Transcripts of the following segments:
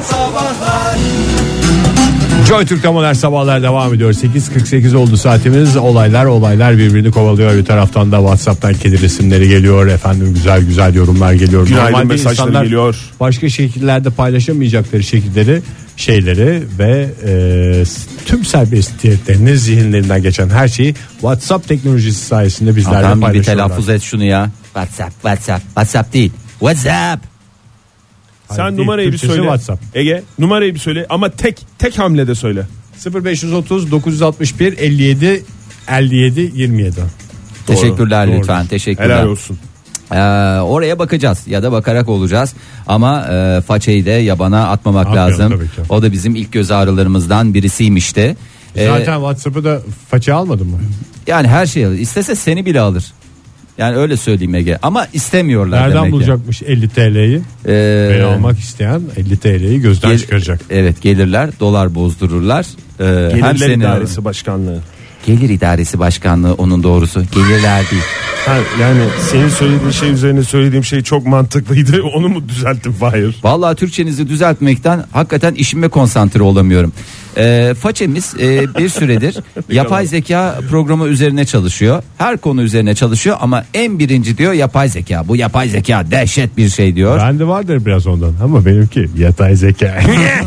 Sabahlar. Joy Türk'te modern sabahlar devam ediyor. 8.48 oldu saatimiz. Olaylar birbirini kovalıyor. Bir taraftan da WhatsApp'tan kedi resimleri geliyor. Efendim güzel yorumlar geliyor. Günaydın Normalde mesajları insanlar geliyor. başka şekillerde paylaşamayacakları şeyleri ve tüm serbestiyetlerini, zihinlerinden geçen her şeyi WhatsApp teknolojisi sayesinde bizlerle Adam gibi paylaşıyorlar. telaffuz et şunu ya. WhatsApp değil. WhatsApp. Sen Hayır, numarayı bir Türkçesi söyle. WhatsApp. Ege numarayı bir söyle ama tek hamlede söyle. 0530 961 57 57 27. Teşekkürler doğru. lütfen. Teşekkürler. Helal olsun. Oraya bakacağız ya da bakarak olacağız ama façeyi de yabana atmamak Atmayalım lazım. tabii ki. O da bizim ilk göz ağrılarımızdan birisiymiş de. Zaten WhatsApp'ı da faça almadın mı? Yani her şeyi alır. İstese seni bile alır. Yani öyle söyleyeyim Ege. Ama istemiyorlar Nereden demek ki. bulacakmış 50 TL'yi? Beni almak isteyen 50 TL'yi gözden çıkaracak. Evet, gelirler, dolar bozdururlar. Gelirler İdaresi Başkanlığı. Gelir İdaresi Başkanlığı onun doğrusu. Gelirler değil. Ha, yani senin söylediğin şey üzerine söylediğim şey çok mantıklıydı. Onu mu düzelttim Fahir? Vallahi Türkçenizi düzeltmekten hakikaten işime konsantre olamıyorum. Façemiz bir süredir yapay zeka programı üzerine çalışıyor. Her konu üzerine çalışıyor ama en birinci diyor yapay zeka. Bu yapay zeka dehşet bir şey diyor. Bende vardır biraz ondan ama benimki yatay zeka.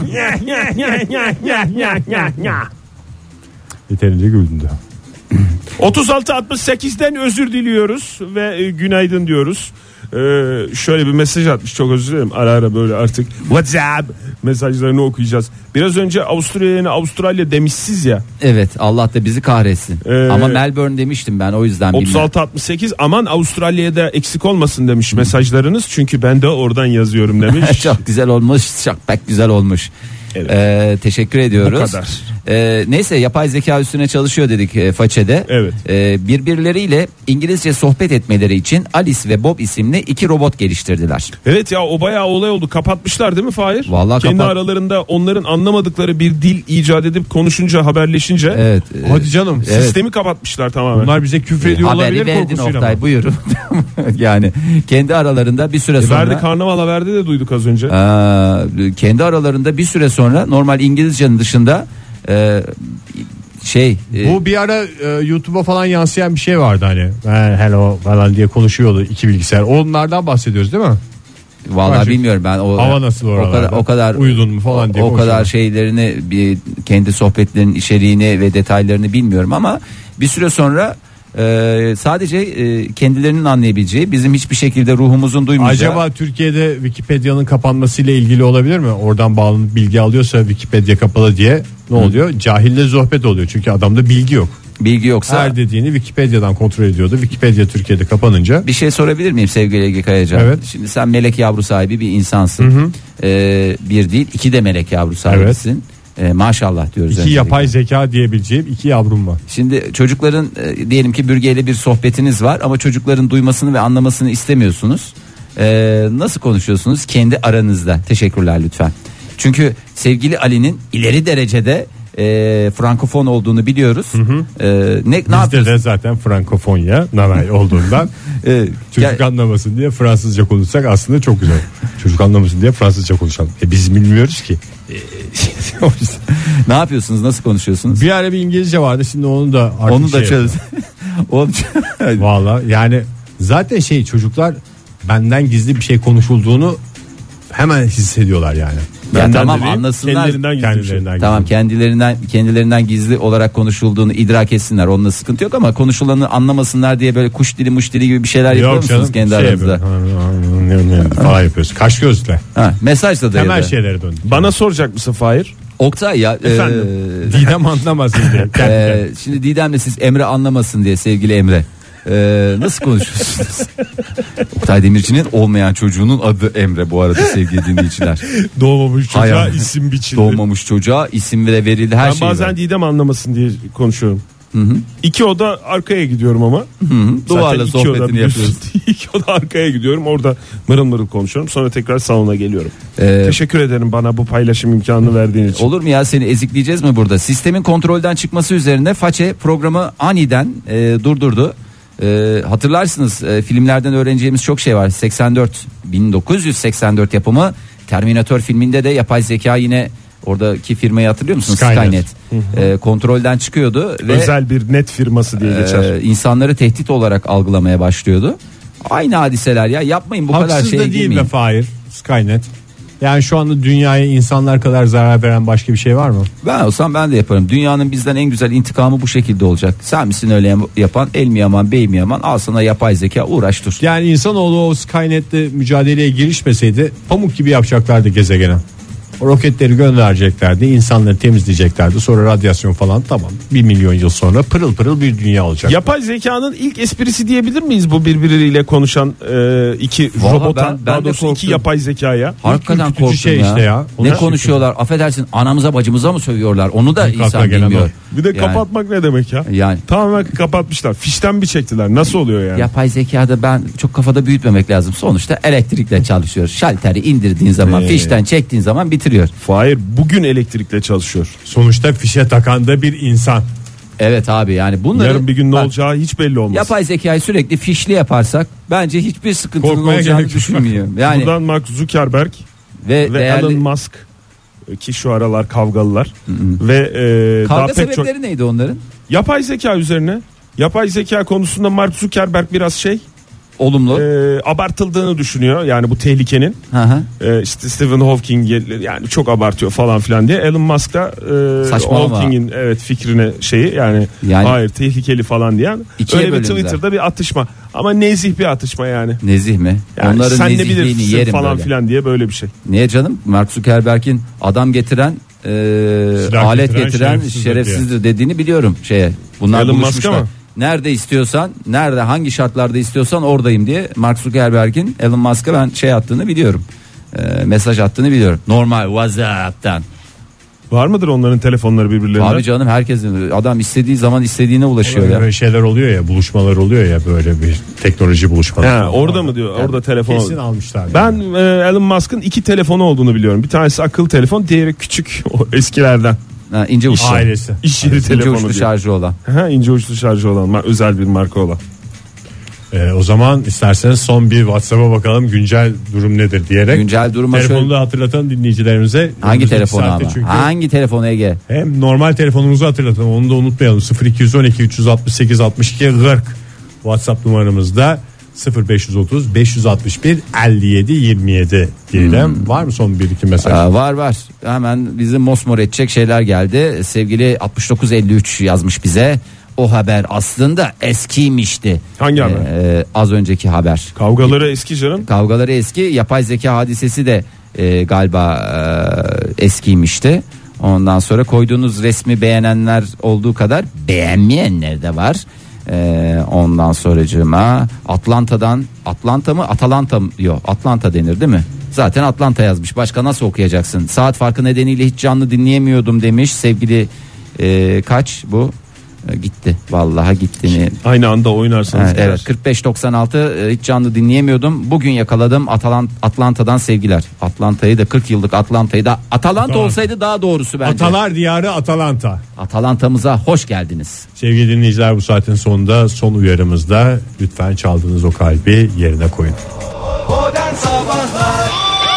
Yeterince güldüm de. 36-68'den özür diliyoruz ve günaydın diyoruz. Şöyle bir mesaj atmış, çok özür dilerim, ara böyle artık WhatsApp mesajlarını okuyacağız. Biraz önce Avustralya demişsiz ya. Evet, Allah da bizi kahretsin. Ama Melbourne demiştim ben, o yüzden 36-68 aman Avustralya'da eksik olmasın demiş mesajlarınız, çünkü ben de oradan yazıyorum demiş. Çok güzel olmuş, çok pek güzel olmuş. Evet. Teşekkür ediyoruz. Bu kadar. Neyse, yapay zeka üstüne çalışıyor dedik façede. Evet. Birbirleriyle İngilizce sohbet etmeleri için Alice ve Bob isimli iki robot geliştirdiler. Evet ya, o bayağı olay oldu. Kapatmışlar değil mi Fahir? Vallahi kendi aralarında onların anlamadıkları bir dil icat edip konuşunca, haberleşince. Evet. Hadi canım. Evet. Sistemi kapatmışlar tamamen. Bunlar bize küfrediyor Haberi olabilir verdin korkusuyla Oktay, ama. buyurun. Yani kendi aralarında bir süre sonra. Verdi, karnaval haberde de duyduk az önce. Kendi aralarında bir süre sonra normal İngilizcenin dışında bu bir ara YouTube'a falan yansıyan bir şey vardı hani. Hello falan diye konuşuyordu iki bilgisayar. Onlardan bahsediyoruz değil mi? Vallahi Bence bilmiyorum ben hava nasıl oralarda? o kadar uyudun mu falan diye o kadar şeylerini, bir kendi sohbetlerinin içeriğini ve detaylarını bilmiyorum ama bir süre sonra sadece kendilerinin anlayabileceği, bizim hiçbir şekilde ruhumuzun duymayacağı. Acaba Türkiye'de Wikipedia'nın kapanmasıyla ilgili olabilir mi? Oradan bağlanıp bilgi alıyorsa Wikipedia kapalı diye ne oluyor? Cahille sohbet oluyor çünkü adamda bilgi yok. Bilgi yoksa her dediğini Wikipedia'dan kontrol ediyordu. Wikipedia Türkiye'de kapanınca. Bir şey sorabilir miyim sevgili Ege Kayacan? Evet. Şimdi sen melek yavru sahibi bir insansın. Bir değil, iki de melek yavru sahibisin. Maşallah diyoruz. İki öncelikle. yapay zeka diyebileceğim iki yavrum var. Şimdi çocukların diyelim ki bürgeyle bir sohbetiniz var ama çocukların duymasını ve anlamasını istemiyorsunuz. Nasıl konuşuyorsunuz kendi aranızda? Teşekkürler lütfen. Çünkü sevgili Ali'nin ileri derecede Frankofon olduğunu biliyoruz. Ne Bizde yapıyoruz? de zaten Frankofonya nanay olduğundan çocuk anlamasın diye Fransızca konuşsak aslında çok güzel. Çocuk anlamasın diye Fransızca konuşalım. Biz bilmiyoruz ki. Ne yapıyorsunuz? Nasıl konuşuyorsunuz? Bir ara bir İngilizce vardı, şimdi onu da artık Onu da çöz. Valla yani zaten çocuklar benden gizli bir şey konuşulduğunu hemen hissediyorlar yani. Ya tamam, dediğim, anlasınlar. Kendilerinden Kendilerinden gizli olarak konuşulduğunu idrak etsinler. Onunla sıkıntı yok ama konuşulanı anlamasınlar diye böyle kuş dili muş dili gibi bir şeyler yapıyor musunuz kendi aranızda? Falan yapıyoruz. Kaş gözle. Mesajla da Temel şeylere döndük. Bana soracak mısın Fahir? Oktay ya. Efendim? Didem anlamasın diye. Şimdi Didem'le siz Emre anlamasın diye, sevgili Emre. Nasıl konuşuyorsunuz? Oktay Demirci'nin olmayan çocuğunun adı Emre bu arada sevgili dinleyiciler. Doğmamış çocuğa isim biçildi. Doğmamış çocuğa isim de verildi, her şey. Ben bazen Didem anlamasın diye konuşuyorum. Hı-hı. İki oda arkaya gidiyorum ama. Duvarla sohbetini yapıyoruz. İki oda arkaya gidiyorum, orada mırıl mırıl konuşuyorum, sonra tekrar salona geliyorum. Teşekkür ederim bana bu paylaşım imkanını verdiğin için. Olur mu ya, seni ezikleyeceğiz mi burada? Sistemin kontrolden çıkması üzerine façe programı aniden durdurdu. Hatırlarsınız, filmlerden öğreneceğimiz çok şey var. 1984 yapımı Terminator filminde de yapay zeka yine oradaki firmayı hatırlıyor musun? Skynet. Kontrolden çıkıyordu ve özel bir net firması diye geçer. insanları tehdit olarak algılamaya başlıyordu. Aynı hadiseler ya, yapmayın bu kadar Haksız şeye da değil girmeyin. be Fahir Skynet. Yani şu anda dünyaya insanlar kadar zarar veren başka bir şey var mı? Ben olsam ben de yaparım. Dünyanın bizden en güzel intikamı bu şekilde olacak. Sen misin öyle yapan? El mi yaman, bey mi yaman? Al sana yapay zeka, uğraş dur. Yani insanoğlu o Skynet'le mücadeleye girişmeseydi pamuk gibi yapacaklardı gezegene. O roketleri göndereceklerdi, insanları temizleyeceklerdi. Sonra radyasyon falan, tamam. 1 milyon yıl sonra pırıl pırıl bir dünya olacak. Yapay zekanın ilk esprisi diyebilir miyiz bu birbiriyle konuşan iki Vallahi robota, ben daha de doğrusu iki korktum. yapay zekaya? Hakikaten ürkütücü korktum şey ya. işte ya. Ne Ona konuşuyorlar? Affedersin, anamıza bacımıza mı sövüyorlar? Onu da İlk akla insan gelen bilmiyor. Bir de kapatmak ne demek ya? Yani Tamamen kapatmışlar. Fişten bir çektiler. Nasıl oluyor yani? yapay zekada ben çok kafada büyütmemek lazım. Sonuçta elektrikle çalışıyor. Şalteri indirdiğin zaman, fişten çektiğin zaman bitiriyor. Hayır, bugün elektrikle çalışıyor. Sonuçta fişe takan da bir insan. Evet abi, yani bunları Yarın bir gün ne bak, olacağı hiç belli olmaz. yapay zekayı sürekli fişli yaparsak bence hiçbir sıkıntının Korkmaya olacağını gerek yok. düşünmüyorum. Yani Buradan Mark Zuckerberg ve ve değerli Elon Musk ki şu aralar kavgalılar ve daha kavga pek çok sebepleri neydi onların? yapay zeka üzerine. Yapay zeka konusunda Mark Zuckerberg biraz Olumlu. abartıldığını düşünüyor. Yani bu tehlikenin. Hı hı. İşte Stephen Hawking yani çok abartıyor falan filan diye. Elon Musk da Saçmalama. Hawking'in fikrine yani hayır tehlikeli falan diyen. İkiye Öyle bir bölündüler. Twitter'da bir atışma. Ama nezih bir atışma yani. Nezih mi? Yani Onların sen ne nezihliğini bilirsin yerim falan böyle. filan diye böyle bir şey. Niye canım? Mark Zuckerberg'in adam getiren alet getiren şerefsizdir dediğini biliyorum şeye. Bunlar Elon Musk buluşmuşlar. ama. Nerede istiyorsan, nerede hangi şartlarda istiyorsan oradayım diye Mark Zuckerberg'in Elon Musk'a ben attığını biliyorum. Mesaj attığını biliyorum. Normal WhatsApp'tan. Var mıdır onların telefonları birbirlerine? Abi canım, herkesin, adam istediği zaman istediğine ulaşıyor ya. Böyle şeyler oluyor ya, buluşmalar oluyor ya, böyle bir teknoloji buluşmaları. Orada mı diyor? Orada telefon. Kesin almışlar. Ben Elon Musk'ın 2 telefonu olduğunu biliyorum. Bir tanesi akıllı telefon, diğeri küçük o eskilerden. Ha, ince uçlu. Ailesi. İş yeri İnce telefonu uçlu diyor. şarjı olan. İnce uçlu şarjı olan, özel bir marka olan. O zaman isterseniz son bir WhatsApp'a bakalım, güncel durum nedir diyerek. Güncel duruma telefonu şöyle. da hatırlatalım dinleyicilerimize. Hangi Önümüzdeki telefonu saatte ama? çünkü Hangi telefonu Ege? hem normal telefonumuzu hatırlatalım, onu da unutmayalım. 0212 368 62 40 WhatsApp numaramızda, 0530 561 57 27 diyelim. Var mı son bir iki mesaj? Var. Hemen bizi mosmor edecek şeyler geldi. Sevgili 6953 yazmış bize. O haber aslında eskiymişti. Hangi haber? Az önceki haber. Kavgaları eski canım. Kavgaları eski. Yapay zeka hadisesi de galiba eskiymişti. Ondan sonra koyduğunuz resmi beğenenler olduğu kadar beğenmeyenler de var. Ondan sonracığıma Atlanta mı Atalanta mı? Yok, Atlanta denir değil mi? Zaten Atlanta yazmış. Başka nasıl okuyacaksın? Saat farkı nedeniyle hiç canlı dinleyemiyordum demiş sevgili kaç bu? Gitti. Vallahi gitti. Aynı anda oynarsanız. Evet, 45-96 hiç canlı dinleyemiyordum. Bugün yakaladım. Atlanta'dan sevgiler. Atlanta'yı da 40 yıllık Atlanta'yı da Atalanta olsaydı daha doğrusu bence. Atalar diyarı Atalanta. Atalanta'mıza hoş geldiniz. Sevgili dinleyiciler, bu saatin sonunda son uyarımızda lütfen çaldığınız o kalbi yerine koyun. Modern Sabahlar.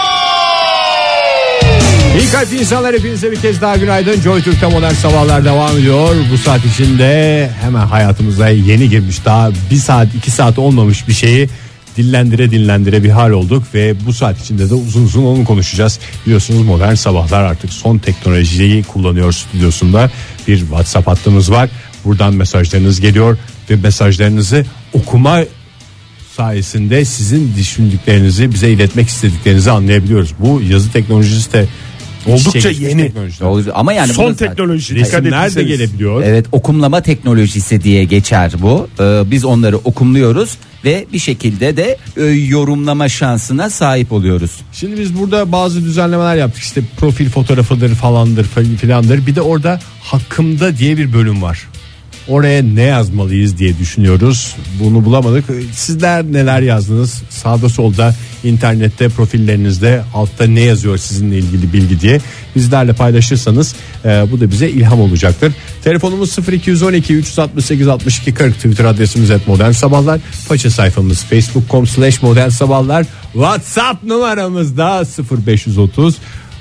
İyi kalpli insanlar, hepinize bir kez daha günaydın. Joy Türk'te modern sabahlar devam ediyor. Bu saat içinde hemen hayatımıza yeni girmiş, daha 1 saat 2 saat olmamış bir şeyi dinlendire bir hal olduk. Ve bu saat içinde de uzun uzun onu konuşacağız. Biliyorsunuz modern sabahlar artık son teknolojiyi kullanıyor stüdyosunda. Bir WhatsApp hattımız var. Buradan mesajlarınız geliyor ve mesajlarınızı okuma sayesinde sizin düşündüklerinizi, bize iletmek istediklerinizi anlayabiliyoruz. Bu yazı teknolojisi de Oldukça yeni. Ama yani Son bunu- teknoloji. Resimler de gelebiliyor. Evet, okumlama teknolojisi diye geçer bu. Biz onları okumluyoruz ve bir şekilde de yorumlama şansına sahip oluyoruz. Şimdi biz burada bazı düzenlemeler yaptık. İşte profil fotoğrafıdır falandır filandır. Bir de orada hakkımda diye bir bölüm var. Oraya ne yazmalıyız diye düşünüyoruz. Bunu bulamadık. Sizler neler yazdınız? Sağda solda internette profillerinizde altta ne yazıyor sizinle ilgili bilgi diye bizlerle paylaşırsanız bu da bize ilham olacaktır. Telefonumuz 0212 368 62 40, Twitter adresimiz @modernsabahlar, faça sayfamız facebook.com/modernsabahlar, WhatsApp numaramız da 0530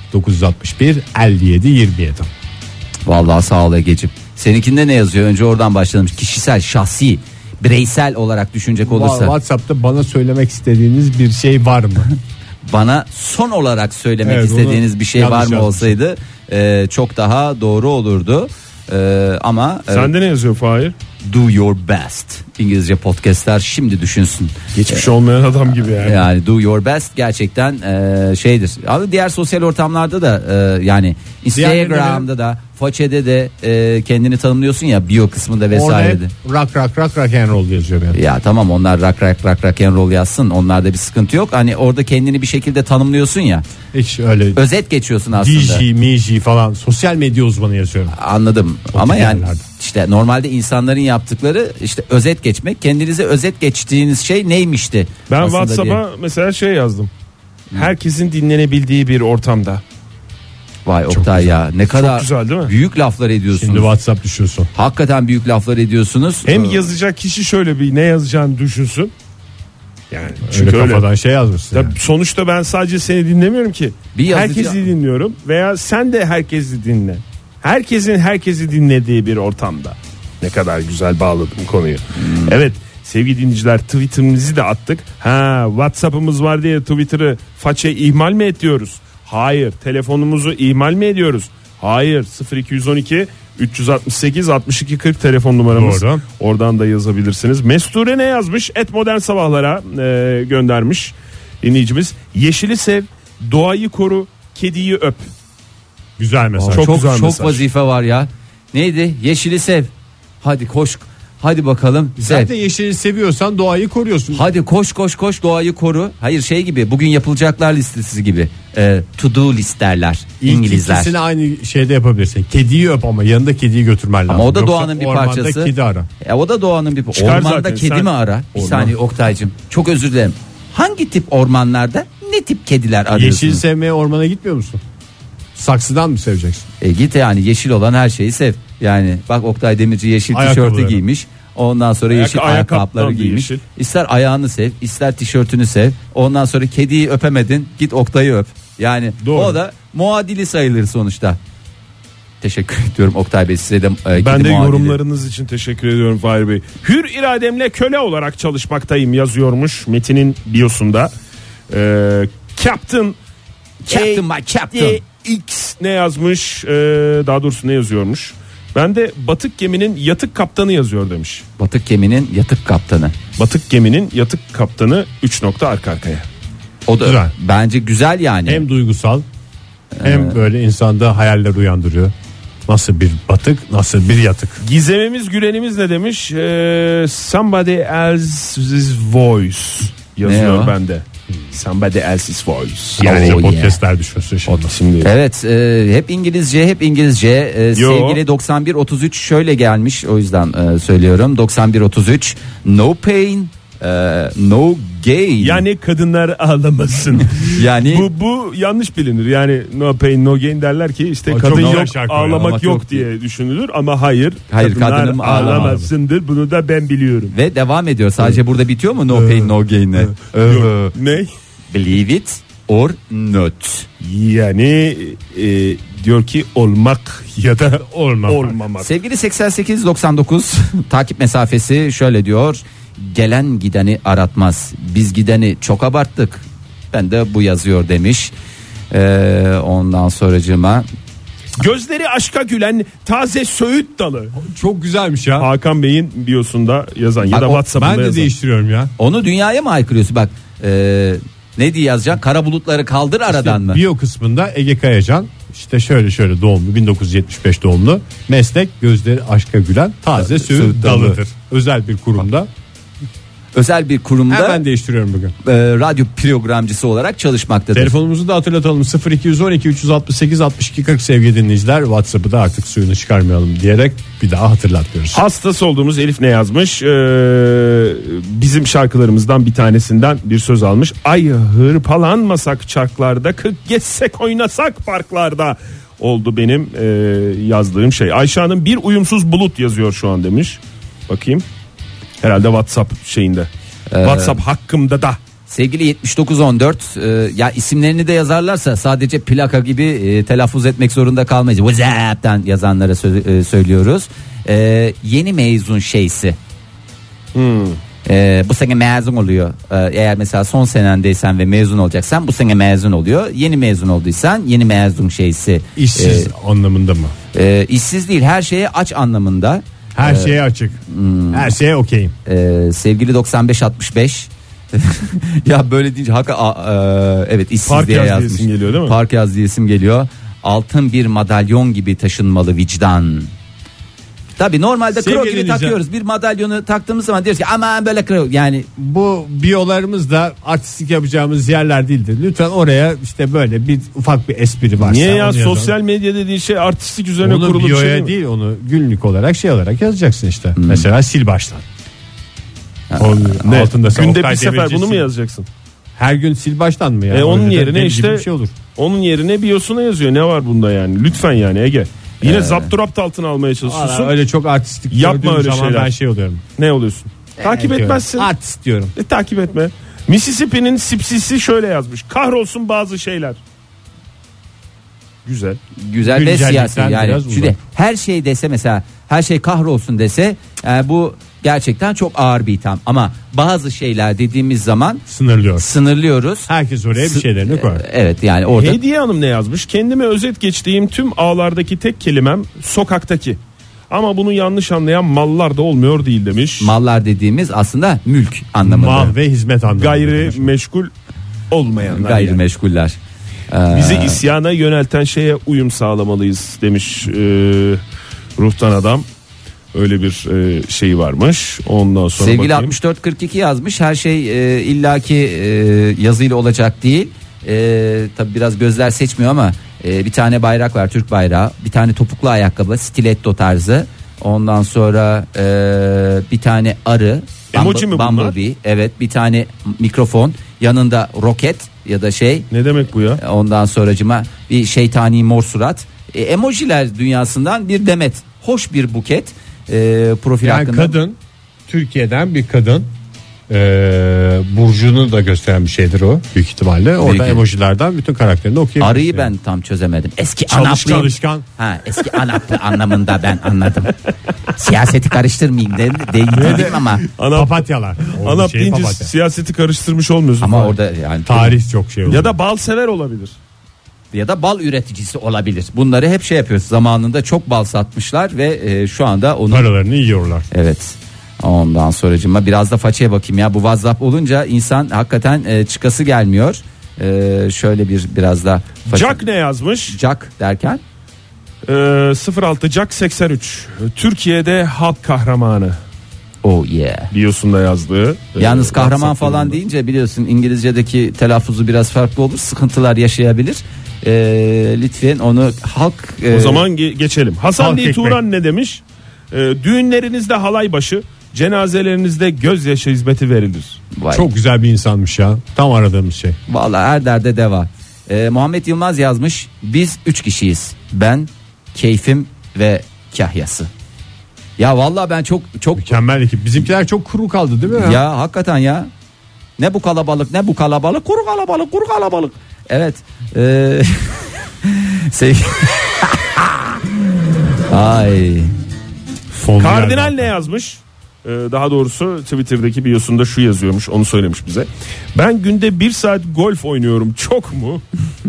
961 57 27. Vallahi sağ ol Egeciğim. Seninkinde ne yazıyor? Önce oradan başlayalım. Kişisel, şahsi, bireysel olarak düşünecek olursa. WhatsApp'ta bana söylemek istediğiniz bir şey var mı? Bana son olarak söylemek Evet, istediğiniz bir şey yanlış var mı yazmış. olsaydı çok daha doğru olurdu. Ama Sende ne yazıyor Fahir? do your best. İngilizce podcastler şimdi düşünsün. Geçmiş olmayan adam gibi yani. Yani do your best gerçekten şeydir. Abi diğer sosyal ortamlarda da yani Instagram'da da, Foçe'de de kendini tanımlıyorsun ya, bio kısmında Orada vesairede. hep rock and roll yazıyor yani. Ya tamam, onlar rock and roll yazsın. Onlarda bir sıkıntı yok. Hani orada kendini bir şekilde tanımlıyorsun ya. Hiç öyle Özet geçiyorsun aslında. DJ, MJ falan sosyal medya uzmanı yazıyorum. Anladım. O Ama tip yani yerlerde. işte normalde insanların yaptıkları işte özet geçmek. Kendinize özet geçtiğiniz şey neymişti? Ben aslında WhatsApp'a mesela şey yazdım. Herkesin dinlenebildiği bir ortamda. Vay Oktay ya, ne kadar güzel değil mi? büyük laflar ediyorsunuz. Şimdi WhatsApp düşüyorsun. Hakikaten büyük laflar ediyorsunuz. Hem yazacak kişi şöyle bir ne yazacağını düşünsün. Yani Öyle çünkü öyle. kafadan şey yazmışsın. Ya yani. sonuçta ben sadece seni dinlemiyorum ki. Bir yazıcı- Herkesi dinliyorum veya sen de herkesi dinle. Herkesin herkesi dinlediği bir ortamda. Ne kadar güzel bağladım konuyu. Evet sevgili dinleyiciler, Twitter'ımızı da attık. WhatsApp'ımız var diye Twitter'ı façe ihmal mi ediyoruz? Hayır. Telefonumuzu ihmal mi ediyoruz? Hayır. 0212 368 62 40 telefon numaramız. Doğru. Oradan da yazabilirsiniz. Mesture ne yazmış? Modern Sabahlara göndermiş dinleyicimiz. Yeşili sev, doğayı koru, kediyi öp. Güzel mesaj. Çok çok güzel çok mesaj. vazife var ya. Neydi? Yeşili sev. Hadi koş. Hadi bakalım. Sev. Zaten yeşili seviyorsan doğayı koruyorsun. Hadi koş doğayı koru. Hayır, şey gibi, bugün yapılacaklar listesi gibi. To do list derler İlk İngilizler. ikisini aynı şeyde yapabilirsin. Kediyi öp ama yanında kediyi götürmen lazım. Ama o da Yoksa doğanın bir ormanda parçası. kedi ara. O da doğanın bir Çıkar ormanda zaten, kedi sen- mi ara? Bir Orman. saniye Oktay'cığım. Çok özür dilerim. Hangi tip ormanlarda ne tip kediler arıyorsun? Yeşil sevmeye ormana gitmiyor musun? Saksıdan mı seveceksin? Git yani, yeşil olan her şeyi sev. Yani bak, Oktay Demirci yeşil Ayakkabıları. tişörtü giymiş. Ondan sonra yeşil ayakkabıları ayakkabıdan giymiş. yeşil. İster ayağını sev, ister tişörtünü sev. Ondan sonra kediyi öpemedin, git Oktay'ı öp. Yani Doğru. o da muadili sayılır sonuçta. Teşekkür ediyorum Oktay Bey, size de kedi Ben de muadili. yorumlarınız için teşekkür ediyorum Fahir Bey. Hür irademle köle olarak çalışmaktayım yazıyormuş Metin'in biosunda. Captain my captain. X ne yazmış? Daha doğrusu ne yazıyormuş? Ben de batık geminin yatık kaptanı yazıyor demiş. Batık geminin yatık kaptanı. Batık geminin yatık kaptanı 3 nokta arka arkaya. O da Güzel. bence güzel yani. Hem duygusal hem böyle insanda hayaller uyandırıyor. Nasıl bir batık, nasıl bir yatık. Gizemimiz Gülenimiz ne demiş? Somebody else's voice yazıyor Ne o? bende. Somebody else's voice. Yani Oh, podcastler düşüyorsun şimdi. Şimdi Evet, hep İngilizce. Yo. Sevgili 9133 şöyle gelmiş, o yüzden söylüyorum. 9133 no pain no gain. yani kadınlar ağlamasın. Yani bu yanlış bilinir. Yani no pain no gain derler ki işte O çok kadın güzel yok şarkı, ağlamak ağlamak yok yok diye düşünülür ama hayır. Hayır, kadınlar kadının ağlamasındır. Bunu da ben biliyorum. ve devam ediyor. Sadece burada bitiyor mu no pain no gain'le? Ne? Believe it or not. Yani diyor ki olmak ya da olmamak. Sevgili 8899 takip mesafesi şöyle diyor. Gelen gideni aratmaz. Biz gideni çok abarttık. Ben de bu yazıyor demiş. Ondan sonracığıma Gözleri aşka gülen taze söğüt dalı. Çok güzelmiş ya. Hakan Bey'in biosunda yazan ya Bak, da o- WhatsApp'ında Ben de yazan. değiştiriyorum ya. onu dünyaya mı aykırıyorsun? Bak ne diye yazacaksın? Kara bulutları kaldır aradan mı? Bio kısmında Ege Kayacan işte şöyle doğumlu 1975 doğumlu, meslek gözleri aşka gülen taze Söğüt söğüt dalı. dalıdır. Özel bir kurumda. Özel bir kurumda Hemen değiştiriyorum bugün. radyo programcısı olarak çalışmaktadır. Telefonumuzu da hatırlatalım 0212 368 62 40 sevgili dinleyiciler. WhatsApp'ı da artık suyunu çıkarmayalım diyerek bir daha hatırlatıyoruz. Hastası olduğumuz Elif ne yazmış? Bizim şarkılarımızdan bir tanesinden bir söz almış. Ay hırpalanmasak çarklarda, 40 geçsek oynasak parklarda. oldu benim yazdığım şey. Ayşe Hanım bir uyumsuz bulut yazıyor şu an demiş. Bakayım. Herhalde WhatsApp şeyinde. WhatsApp hakkımda da. Sevgili 7914 ya isimlerini de yazarlarsa sadece plaka gibi telaffuz etmek zorunda kalmayız. WhatsApp'tan yazanlara söylüyoruz. Yeni mezun şeysi. Bu sene mezun oluyor. Eğer mesela son senendeysen ve mezun olacaksan bu sene mezun oluyor. Yeni mezun olduysan yeni mezun şeysi. İşsiz anlamında mı? İşsiz değil, her şeye aç anlamında. Her şeye açık. Her şeye okeyim. Sevgili 9565 ya böyle deyince evet işsiz Park diye yaz yazmış. diyesim geliyor değil mi? Park yaz diyesim geliyor. Altın bir madalyon gibi taşınmalı vicdan. Tabii normalde kro gibi takıyoruz. Bir madalyonu taktığımız zaman diyoruz ki aman böyle kro, yani bu biyolarımız da artistik yapacağımız yerler değildir. Lütfen oraya işte böyle bir ufak bir espri varsa. Niye ya, sosyal medya dediğin şey artistik üzerine onu kurulu bir şey değil, değil mi? onu günlük olarak şey olarak yazacaksın işte. Mesela sil baştan. Altında günde bir sefer bunu mu yazacaksın? Her gün sil baştan mı yani? Onun yerine işte şey olur. Onun yerine biyosuna yazıyor. Ne var bunda yani? Lütfen yani Ege. Yine zapturapt altına almaya çalışıyorsun. Öyle çok artistik yapma öyle zaman şeyler. ben şey oluyorum. Ne oluyorsun? Takip etmezsin. Artist diyorum. Takip etme. Mississippi'nin sipsisi şöyle yazmış. Kahrolsun bazı şeyler. Güzel. güzel ve siyasi Güncellikten yani. biraz Şimdi uzak. her şey dese, mesela her şey kahrolsun dese bu gerçekten çok ağır bir itham, ama bazı şeyler dediğimiz zaman sınırlıyoruz. Herkes oraya bir şeylerini koyar. Evet, yani orada. Hediye Hanım ne yazmış? Kendime özet geçtiğim tüm ağlardaki tek kelimem sokaktaki. Ama bunu yanlış anlayan mallar da olmuyor değil demiş. Mallar dediğimiz aslında mülk anlamında. Mal ve hizmet anlamında. Gayrimeşgul olmayanlar. Gayrimeşguller. Bizi isyana yönelten şeye uyum sağlamalıyız demiş ruhtan adam. Öyle bir şey varmış. Ondan sonra sevgili bakayım. 6442 yazmış. Her şey illaki yazıyla olacak değil. Tabi biraz gözler seçmiyor ama bir tane bayrak var, Türk bayrağı. Bir tane topuklu ayakkabı, stiletto tarzı. Ondan sonra bir tane arı. Emoji mi bunlar? Bumblebee. Evet, bir tane mikrofon. Yanında roket ya da şey. Ne demek bu ya? Ondan sonracıma bir şeytani mor surat. Emojiler dünyasından bir demet. Hoş bir buket. Profil Yani hakkında. kadın, Türkiye'den bir kadın, burcunu da gösteren bir şeydir o büyük ihtimalle. Orada emojilerden bütün karakterini okuyabilirsin. Arıyı ben tam çözemedim. Eski Çalışkan. Eski anaplı anlamında ben anladım. Siyaseti karıştırmayayım dedim ama. Papatyalar. Anap deyince siyaseti karıştırmış olmuyorsun. Ama orada yani tarih çok şey olur. Ya da bal sever olabilir. Ya da bal üreticisi olabilir. Bunları hep şey yapıyoruz. Zamanında çok bal satmışlar ve şu anda onun paralarını yiyorlar. Evet. Ondan sonracığıma biraz da façaya bakayım ya. Bu WhatsApp olunca insan hakikaten çıkası gelmiyor. Şöyle biraz da faça. Jack ne yazmış? Jack derken? 06 Jack 83. Türkiye'de halk kahramanı. Oh yeah. Biosunda yazdığı. Yalnız kahraman falan deyince biliyorsun İngilizce'deki telaffuzu biraz farklı olur. Sıkıntılar yaşayabilir. Lütfen onu halk. O zaman geçelim. Hasan Halk Li Turan ne demiş? Düğünlerinizde halay başı, cenazelerinizde gözyaşı hizmeti verilir. Vay. Çok güzel bir insanmış ya. Tam aradığımız şey. Vallahi her derde deva. Muhammed Yılmaz yazmış. Biz 3 kişiyiz. Ben, keyfim ve kahyası. Ya vallahi ben çok mükemmel ekip. Bizimkiler çok kuru kaldı değil mi? Ya hakikaten ya. Ne bu kalabalık, ne bu kalabalık, kuru kalabalık, kuru kalabalık. Evet. Ay. Kardinal ne yazmış? Daha doğrusu Twitter'daki biosunda şu yazıyormuş, onu söylemiş bize. Ben günde 1 saat golf oynuyorum, çok mu?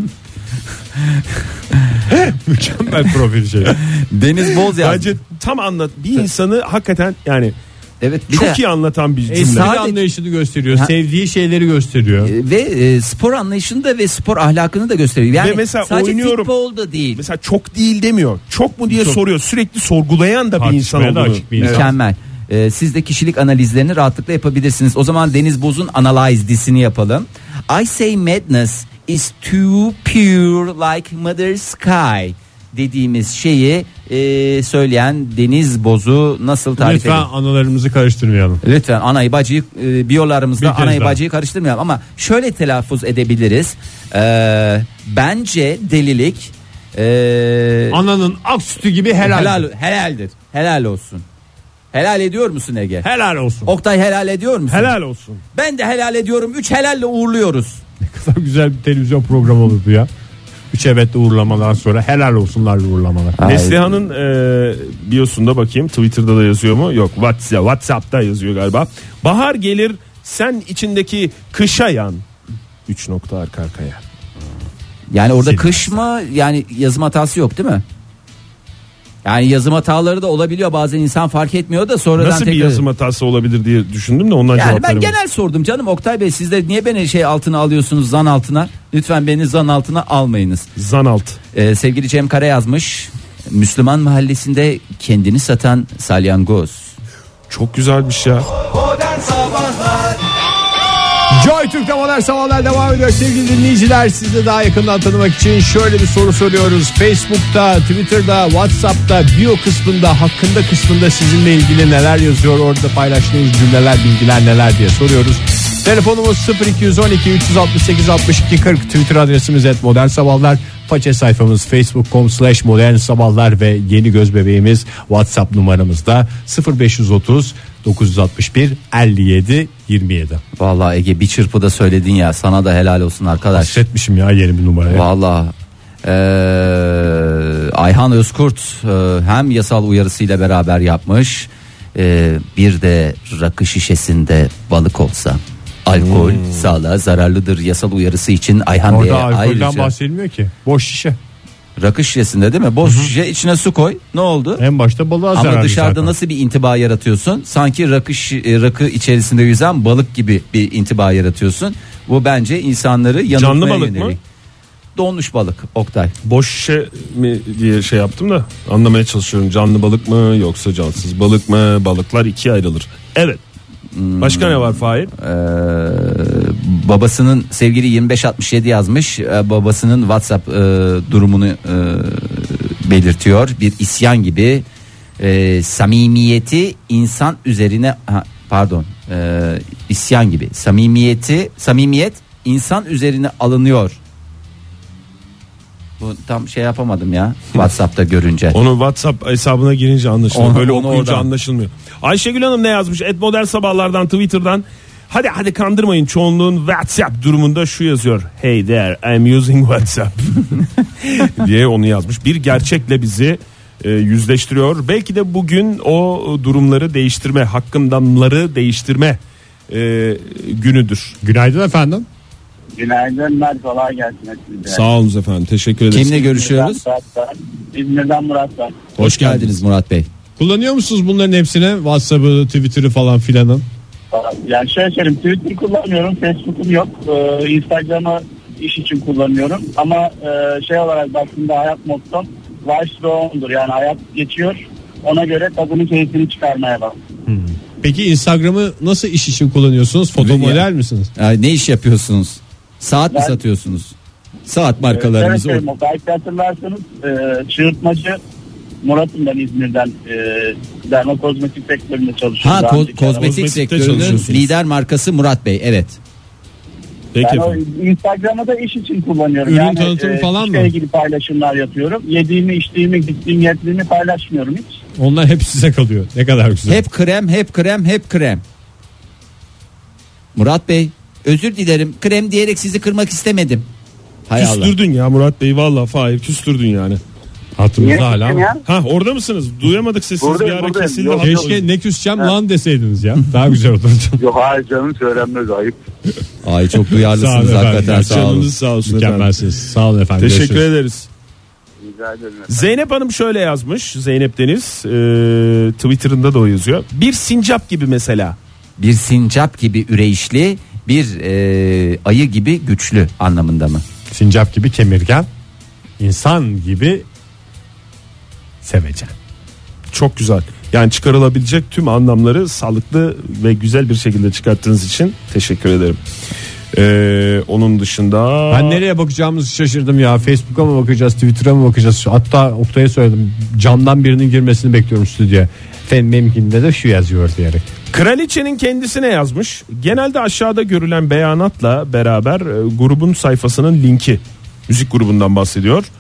Mükemmel profil şey. Deniz Boz yazmış. Bence tam anlat. Bir insanı hakikaten yani evet, çok iyi anlatan bir cümle. Sadece anlayışını gösteriyor. Sevdiği şeyleri gösteriyor. Ve spor anlayışını da ve spor ahlakını da gösteriyor. Yani ve mesela sadece oynuyorum. futbol da değil. Mesela çok değil demiyor. Çok mu diye soruyor. Sürekli sorgulayan da bir insan olduğunu. Açık bir insan. Mükemmel. Siz de kişilik analizlerini rahatlıkla yapabilirsiniz. O zaman Deniz Boz'un Analyze'disini yapalım. I say madness is too pure like Mother Sky dediğimiz şeyi söyleyen Deniz Boz'u nasıl tarif edelim? Lütfen analarımızı karıştırmayalım. Lütfen anayı bacıyı biyolarımızda anayı daha. bacıyı karıştırmayalım ama şöyle telaffuz edebiliriz. Bence delilik Ananın ak sütü gibi helal. Helaldir. Helal olsun. Helal ediyor musun Ege? Helal olsun. Oktay helal ediyor musun? Helal olsun. Ben de helal ediyorum. 3 helalle uğurluyoruz. Ne kadar güzel bir televizyon programı olurdu ya. 3 evetle uğurlamadan sonra helal olsunlarla uğurlamalar. Neslihan'ın biosunda bakayım, Twitter'da da yazıyor mu? Yok, WhatsApp'ta yazıyor galiba. Bahar gelir sen içindeki kışa yan. 3 nokta arka arkaya. Yani orada kış mı? Yani yazım hatası yok değil mi? Yani yazım hataları da olabiliyor, bazen insan fark etmiyor da sonradan Nasıl bir yazım hatası olabilir diye düşündüm de ondan yani cevap ben veremedim. genel sordum canım. Oktay Bey, siz de niye beni altına alıyorsunuz, zan altına? Lütfen beni zan altına almayınız. Zan alt. Sevgili Cem Kara yazmış. Müslüman mahallesinde kendini satan salyangoz. Çok güzelmiş ya. Modern Sabahlar. Joy Türk'te modern sabahlar devam ediyor sevgili dinleyiciler. Sizi daha yakından tanımak için şöyle bir soru soruyoruz. Facebook'ta, Twitter'da, WhatsApp'ta, bio kısmında, hakkında kısmında sizinle ilgili neler yazıyor, orada paylaştığınız cümleler, bilgiler neler diye soruyoruz. Telefonumuz 0212 368 62 40, Twitter adresimiz @modernsabahlar, faça sayfamız facebook.com/modernsabahlar ve yeni göz bebeğimiz WhatsApp numaramızda 0530 961 57 27. Vallahi Ege, bir çırpıda söyledin ya, sana da helal olsun arkadaş. Hissetmişim ya yeni bir numaraya. Vallahi Ayhan Özkurt hem yasal uyarısıyla beraber yapmış, bir de rakı şişesinde balık olsa alkol sağlığa zararlıdır yasal uyarısı için Ayhan Bey'e Orada alkolden ayrıca. bahsedilmiyor ki. Boş şişe. Rakı şişesinde değil mi? Boş şişe, içine su koy. Ne oldu? En başta balığa zararlı. Ama dışarıda zaten. nasıl bir intiba yaratıyorsun? Sanki rakı içerisinde yüzen balık gibi bir intiba yaratıyorsun. Bu bence insanları yanıltmaya Canlı balık yönelik. mı? Donmuş balık, Oktay. Boş şişe mi diye şey yaptım da anlamaya çalışıyorum. Canlı balık mı yoksa cansız balık mı? Balıklar ikiye ayrılır. Evet. Başka ne var Fahir? Babasının, sevgili 2567 yazmış, babasının WhatsApp durumunu belirtiyor. Bir isyan gibi, samimiyeti insan üzerine isyan gibi, samimiyet insan üzerine alınıyor. Bu tam şey yapamadım ya WhatsApp'ta görünce. Onu WhatsApp hesabına girince anlaşılıyor. Onu- Böyle onu okuyunca oradan. anlaşılmıyor. Ayşegül Hanım ne yazmış? Modern sabahlardan, Twitter'dan. Hadi kandırmayın, çoğunluğun WhatsApp durumunda şu yazıyor. Hey there, I'm using WhatsApp diye onu yazmış. Bir gerçekle bizi yüzleştiriyor. Belki de bugün o durumları değiştirme, hakkımdanları değiştirme günüdür. Günaydın efendim. Günaydın, Mert, kolay gelsin hepinize. Sağ olun efendim, teşekkür ederiz. Kimle görüşüyoruz? İzmir'den Murat ben. Hoş geldiniz Murat Bey. Kullanıyor musunuz bunların hepsini? WhatsApp'ı, Twitter'ı falan filanın. Yani şöyle söyleyeyim, Twitter kullanmıyorum, Facebook'um yok. Instagram'ı iş için kullanıyorum. Ama şey olarak baktığımda hayat mottom vice versa'dır. Yani hayat geçiyor, ona göre tadını keyfini çıkarmaya bak. Peki Instagram'ı nasıl iş için kullanıyorsunuz? Foto model misiniz? Ne iş yapıyorsunuz? Saat mi Ben- satıyorsunuz? Saat markalarımızı. Evet, belki hatırlarsanız çığırtmacı Murat'ım, ben İzmir'den dermokozmetik sektöründe çalışıyorum. Daha önceki Kozmetik Kozmetikte sektörünün çalışıyorsunuz. lider markası Murat Bey. Evet. Peki Ben efendim. o Instagram'ı da iş için kullanıyorum. Ürün tanıtımı falan işle mı? ilgili paylaşımlar yapıyorum. Yediğimi, içtiğimi, gittiğim, yettiğimi paylaşmıyorum hiç. Onlar hep size kalıyor. Ne kadar güzel. Hep krem, hep krem, hep krem. Murat Bey, özür dilerim. Krem diyerek sizi kırmak istemedim. Hay Allah. Küstürdün ya Murat Bey, vallahi Fahir küstürdün yani. Hatırınızda hala Gittim mı? ya. Ha, orada mısınız? Duyamadık sesiniz, bir ara Buradayım. kesildi. Yok, Keşke ne küseceğim lan deseydiniz ya. Daha güzel olurdu. Yok, hayır canım, söylenmez, ayıp. Ay çok Sağ duyarlısınız olun efendim. hakikaten, sağ olun. Canınız sağ olsun efendim. Mükemmelsiniz. Sağ olun efendim. Teşekkür Görüşürüz. ederiz. Rica ederim. Zeynep Hanım şöyle yazmış. Zeynep Deniz Twitter'ında da o yazıyor. Bir sincap gibi mesela. Bir sincap gibi üreyişli, bir ayı gibi güçlü anlamında mı? Sincap gibi kemirgen, insan gibi sevecen. Çok güzel. Yani çıkarılabilecek tüm anlamları sağlıklı ve güzel bir şekilde çıkarttığınız için teşekkür ederim. Onun dışında Ben nereye bakacağımızı şaşırdım ya. Facebook'a mı bakacağız, Twitter'a mı bakacağız? Hatta Oktay'a söyledim. Camdan birinin girmesini bekliyorum stüdyoya. Efendim benimkinde de şu yazıyor diyerek. Kraliçenin kendisine yazmış. Genelde aşağıda görülen beyanatla beraber grubun sayfasının linki, müzik grubundan bahsediyor.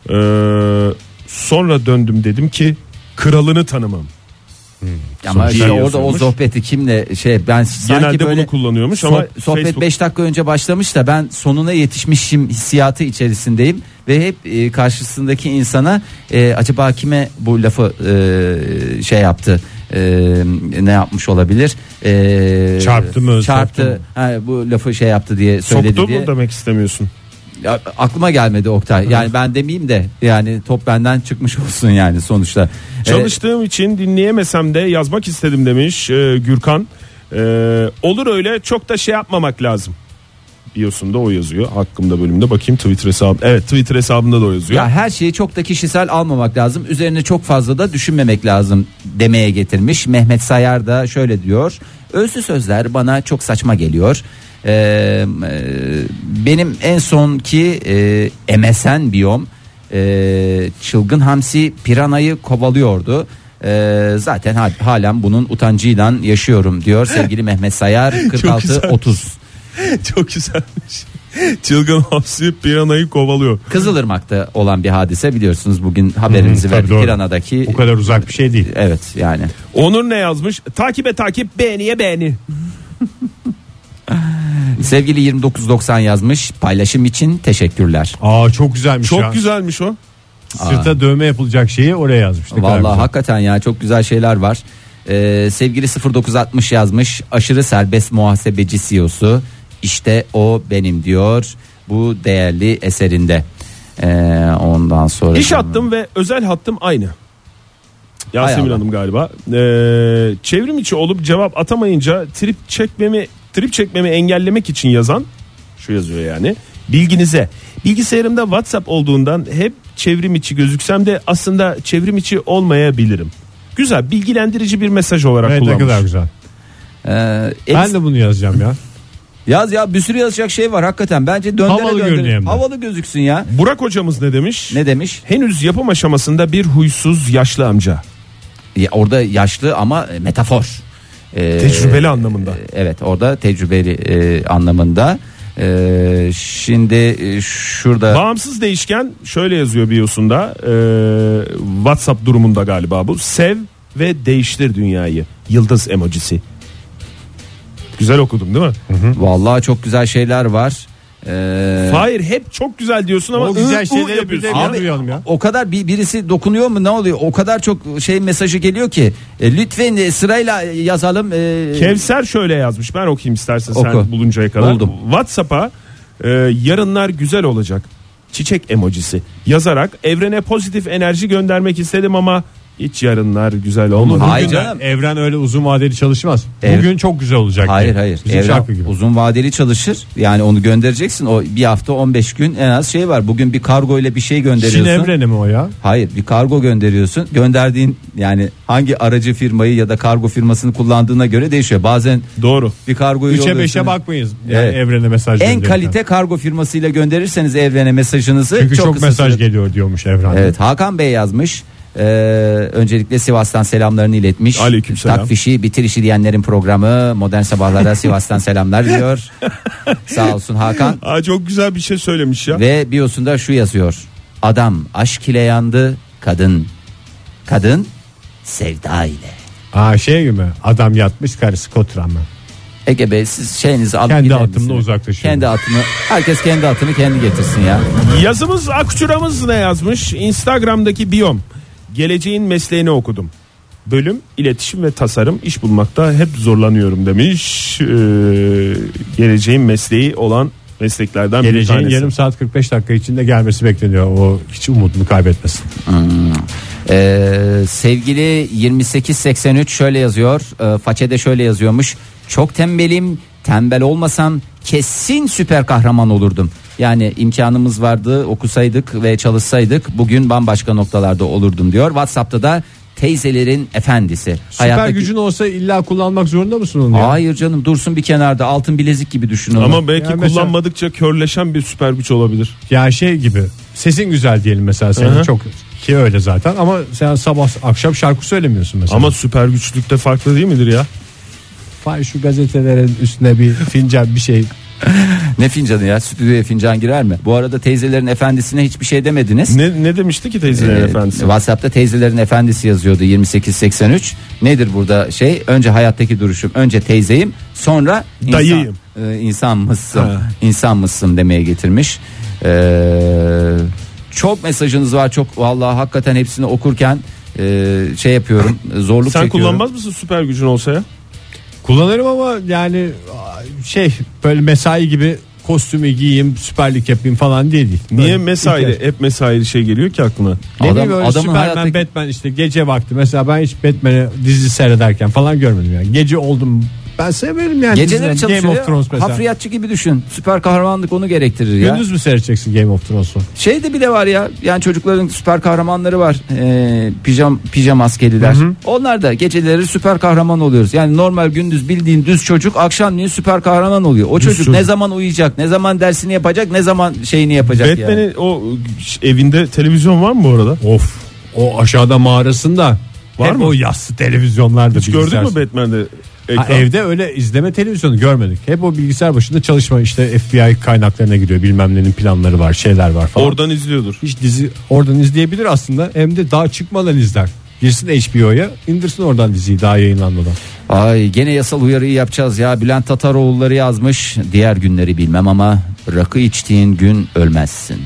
Sonra döndüm, dedim ki kralını tanımam. Ama Çok iyi işte orada o yazılmış. sohbeti kimle ben sanki Genelde böyle bunu kullanıyormuş ama sohbet Facebook... 5 dakika önce başlamış da ben sonuna yetişmişim hissiyatı içerisindeyim ve hep karşısındaki insana acaba kime bu lafı şey yaptı, ne yapmış olabilir, Çarptı mı, çarptı, bu lafı şey yaptı diye söyledi Soktu diye. mu demek istemiyorsun? Ya, aklıma gelmedi Oktay. Yani ben demeyeyim de yani top benden çıkmış olsun yani sonuçta. Çalıştığım için dinleyemesem de yazmak istedim demiş Gürkan. Olur öyle, çok da şey yapmamak lazım. Biosunda o yazıyor. Hakkımda bölümde bakayım Twitter hesabı. Evet, Twitter hesabında da o yazıyor. Ya her şeyi çok da kişisel almamak lazım. Üzerine çok fazla da düşünmemek lazım demeye getirmiş. Mehmet Sayar da şöyle diyor. Özlü sözler bana çok saçma geliyor. Benim en sonki MSN biyom çılgın hamsi piranayı kovalıyordu. Zaten halen bunun utancıyla yaşıyorum diyor sevgili Mehmet Sayar 46-30. Çok güzelmiş. Çılgın hapsi piranayı kovalıyor. Kızılırmak'ta olan bir hadise, biliyorsunuz bugün haberimizi verdik. Doğru. Pirana'daki. O kadar uzak bir şey değil. Evet yani. Onur ne yazmış? Takibe takip, beğeniye beğeni. Sevgili 2990 yazmış, paylaşım için teşekkürler. Çok güzelmiş ya. Çok güzelmiş o. Sırta dövme yapılacak şeyi oraya yazmış. Ne kadar Vallahi güzel. hakikaten ya, çok güzel şeyler var. Sevgili 0960 yazmış, aşırı serbest muhasebeci CEO'su işte o benim diyor bu değerli eserinde. Ondan sonra İş hattım ve özel hattım aynı. Yasemin Allah. Hanım galiba. Çevrim içi olup cevap atamayınca trip çekmemi engellemek için yazan, şu yazıyor yani. Bilginize, bilgisayarımda WhatsApp olduğundan hep çevrim içi gözüksem de aslında çevrim içi olmayabilirim. Güzel, bilgilendirici bir mesaj olarak Evet, ne kullanmış. kadar güzel. Ben de bunu yazacağım ya. Yaz ya, bir sürü yazacak şey var hakikaten. Bence Havalı görüneyim ben. havalı gözüksün ya. Burak hocamız ne demiş? Ne demiş? Henüz yapım aşamasında bir huysuz yaşlı amca. Ya, orada yaşlı ama metafor. Tecrübeli anlamında. Evet, orada tecrübeli anlamında. Şimdi şurada Bağımsız değişken şöyle yazıyor biosunda, WhatsApp durumunda galiba bu. Sev ve değiştir dünyayı. Yıldız emojisi. Güzel okudum değil mi? vallahi çok güzel şeyler var. Hayır, hep çok güzel diyorsun ama O güzel şeyleri bir yapıyorsun. de Abi, duyalım ya. O kadar birisi dokunuyor mu, ne oluyor? O kadar çok şey mesajı geliyor ki lütfen sırayla yazalım. Kevser şöyle yazmış, ben okuyayım istersen Oku. sen buluncaya kadar. Buldum. WhatsApp'a yarınlar güzel olacak çiçek emojisi yazarak evrene pozitif enerji göndermek istedim ama hiç yarınlar güzel olmadı. Hayır Bugün canım. evren öyle uzun vadeli çalışmaz. Evet. Bugün çok güzel olacak. Hayır diye. hayır. Bizim Evren şarkı gibi. uzun vadeli çalışır. Yani onu göndereceksin. O bir hafta 15 gün en az şey var. Bugün bir kargo ile bir şey Çin gönderiyorsun. evreni mi o ya? Hayır, bir kargo gönderiyorsun. Gönderdiğin yani hangi aracı firmayı ya da kargo firmasını kullandığına göre değişiyor. Bazen Doğru. bir kargoyu 3'e yolluyorsun. 5'e bakmayız. Yani Evet. evrene mesaj En gönderirken. kalite kargo firmasıyla gönderirseniz evrene mesajınızı Çünkü çok kısa mesaj sürede- geliyor diyormuş evrende. Evet, Hakan Bey yazmış. Öncelikle Sivas'tan selamlarını iletmiş. Aleykümselam. Takfişi bitir işi diyenlerin programı Modern Sabahlara Sivas'tan selamlar diyor. Sağ olsun Hakan. Çok güzel bir şey söylemiş ya. Ve biosunda şu yazıyor. Adam aşk ile yandı, kadın sevda ile. Şey gibi adam yatmış karısı koturanma. Ege Bey, siz şeyinizi alıp Kendi gider atımla misiniz? uzaklaşıyorum. Kendi atını, herkes kendi atını kendi getirsin ya. Yazımız Akçuramız ne yazmış? Instagram'daki biyom. Geleceğin mesleğini okudum. Bölüm iletişim ve tasarım, iş bulmakta hep zorlanıyorum demiş. Geleceğin mesleği olan mesleklerden bir Geleceğin tanesi. yarım saat 45 dakika içinde gelmesi bekleniyor. O hiç umudunu kaybetmesin. Sevgili 2883 şöyle yazıyor. Façede şöyle yazıyormuş. Çok tembelim, tembel olmasam kesin süper kahraman olurdum. Yani imkanımız vardı, okusaydık ve çalışsaydık bugün bambaşka noktalarda olurdum diyor. WhatsApp'ta da teyzelerin efendisi. Süper gücün olsa illa kullanmak zorunda mısın onu ya? Hayır canım, dursun bir kenarda, altın bilezik gibi düşün onu. Ama belki Yani mesela- kullanmadıkça körleşen bir süper güç olabilir. Ya şey gibi sesin güzel diyelim mesela senin Hı hı. çok ki öyle zaten ama sen sabah akşam şarkı söylemiyorsun mesela. Ama süper güçlükte farklı değil midir ya? Fay şu gazetelerin üstüne bir fincan bir şey Ne fincanı ya? Stüdyoya fincan girer mi? Bu arada teyzelerin efendisine hiçbir şey demediniz. Ne demişti ki teyzelerin efendisi? WhatsApp'ta teyzelerin efendisi yazıyordu 2883. Nedir burada şey? Önce hayattaki duruşum. Önce teyzeyim, sonra dayıyım. İnsan mısın? Ha. İnsan mısın demeye getirmiş. Çok mesajınız var, çok vallahi hakikaten hepsini okurken şey yapıyorum, zorluk Sen çekiyorum. kullanmaz mısın süper gücün olsa ya? Kullanırım ama yani böyle mesai gibi kostümü giyeyim, süperlik yapayım falan diye değil. Niye Böyle mesaili? ihtiyaç. Hep mesaili şey geliyor ki aklına. Ne bileyim öyle adamın Superman, hayattaki- Batman işte gece vakti. Mesela ben hiç Batman'i dizi seyrederken falan görmedim yani. Gece oldum. Ben severim yani. Geceleri dizileri. çalışıyor. Game of Thrones mesela. Hafriyatçı gibi düşün. Süper kahramanlık onu gerektirir ya. Gündüz mü seyredeceksin Game of Thrones'u? Şey de bile var ya. Yani çocukların süper kahramanları var. Pijama askeriler. Onlar da geceleri süper kahraman oluyoruz. Yani normal gündüz bildiğin düz çocuk akşamleyin süper kahraman oluyor. O çocuk ne zaman uyuyacak, ne zaman dersini yapacak, ne zaman şeyini yapacak yani. Batman'in o evinde televizyon var mı bu arada? Of. O aşağıda mağarasında Var hep mı? o yassı televizyonlarda. Hiç gördün mü bilgisayar- Batman'de ekran? Ha, evde öyle izleme televizyonu görmedik. Hep o bilgisayar başında çalışma, işte FBI kaynaklarına giriyor, bilmem nenin planları var, şeyler var falan. Oradan izliyordur. Hiç dizi oradan izleyebilir aslında, hem de daha çıkmadan izler. Girsin HBO'ya, indirsin oradan diziyi daha yayınlanmadan. Ay gene yasal uyarıyı yapacağız ya. Bülent Tataroğulları yazmış. Diğer günleri bilmem ama rakı içtiğin gün ölmezsin.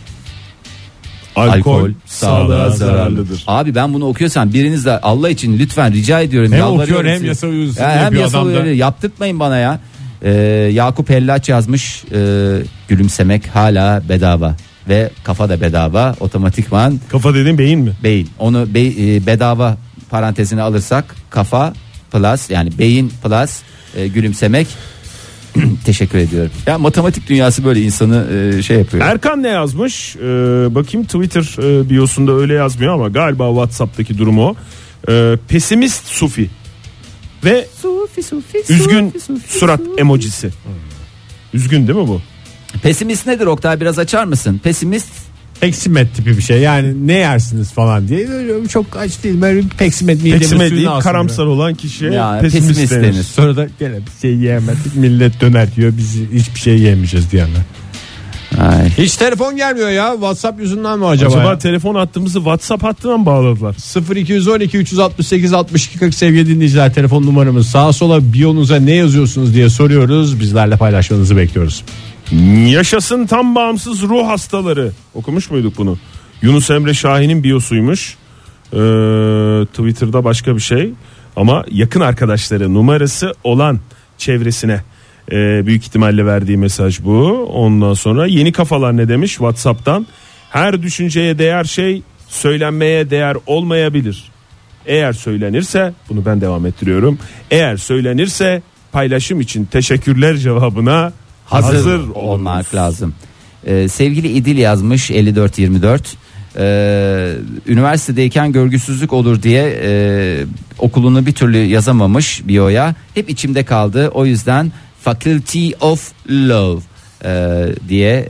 Alkol sağlığa zararlıdır. Abi ben bunu okuyorsam biriniz de Allah için lütfen rica ediyorum. Hem yalvarıyorum okuyor hem size. yasa uyarısını Ya hem yapıyor yasa adam da. uyarı yaptırtmayın bana ya. Yakup Hellaç yazmış. Gülümsemek hala bedava ve kafa da bedava otomatikman Kafa dediğin beyin mi? beyin. Onu bedava parantezine alırsak kafa plus yani beyin plus gülümsemek. Teşekkür ediyorum. Ya matematik dünyası böyle insanı şey yapıyor. Erkan ne yazmış? Bakayım Twitter biosunda öyle yazmıyor ama galiba WhatsApp'taki durumu o. Pesimist Sufi ve üzgün surat emojisi. Üzgün değil mi bu? Pesimist nedir Oktay, biraz açar mısın? Pesimist Peksimet tipi bir şey, yani ne yersiniz falan diye. Öyle çok aç değil, böyle bir peksimet midemin Peksimet suyunu değil, alsın karamsar olan kişiye Ya, pesimist pesimist denir. denir. Sonra da gene bir şey yiyemedik, millet döner diyor, biz hiçbir şey yiyemeyeceğiz diyenler. Ay. Hiç telefon gelmiyor ya, WhatsApp yüzünden mi acaba? Acaba ya? telefon hattımızı WhatsApp hattına mı bağladılar? 0212 368 62 40 sevgili dinleyiciler, telefon numaramız. Sağa sola biyonuza ne yazıyorsunuz diye soruyoruz, bizlerle paylaşmanızı bekliyoruz. Yaşasın tam bağımsız ruh hastaları. Okumuş muyduk bunu? Yunus Emre Şahin'in biyosuymuş. Twitter'da başka bir şey. Ama yakın arkadaşları, numarası olan çevresine büyük ihtimalle verdiği mesaj bu. Ondan sonra yeni kafalar ne demiş WhatsApp'tan? Her düşünceye değer şey söylenmeye değer olmayabilir. Eğer söylenirse, bunu ben devam ettiriyorum. Eğer söylenirse paylaşım için teşekkürler cevabına hazır olmak lazım. Sevgili İdil yazmış 5424. Üniversitedeyken görgüsüzlük olur diye okulunu bir türlü yazamamış biyoya. Hep içimde kaldı. O yüzden Faculty of Law diye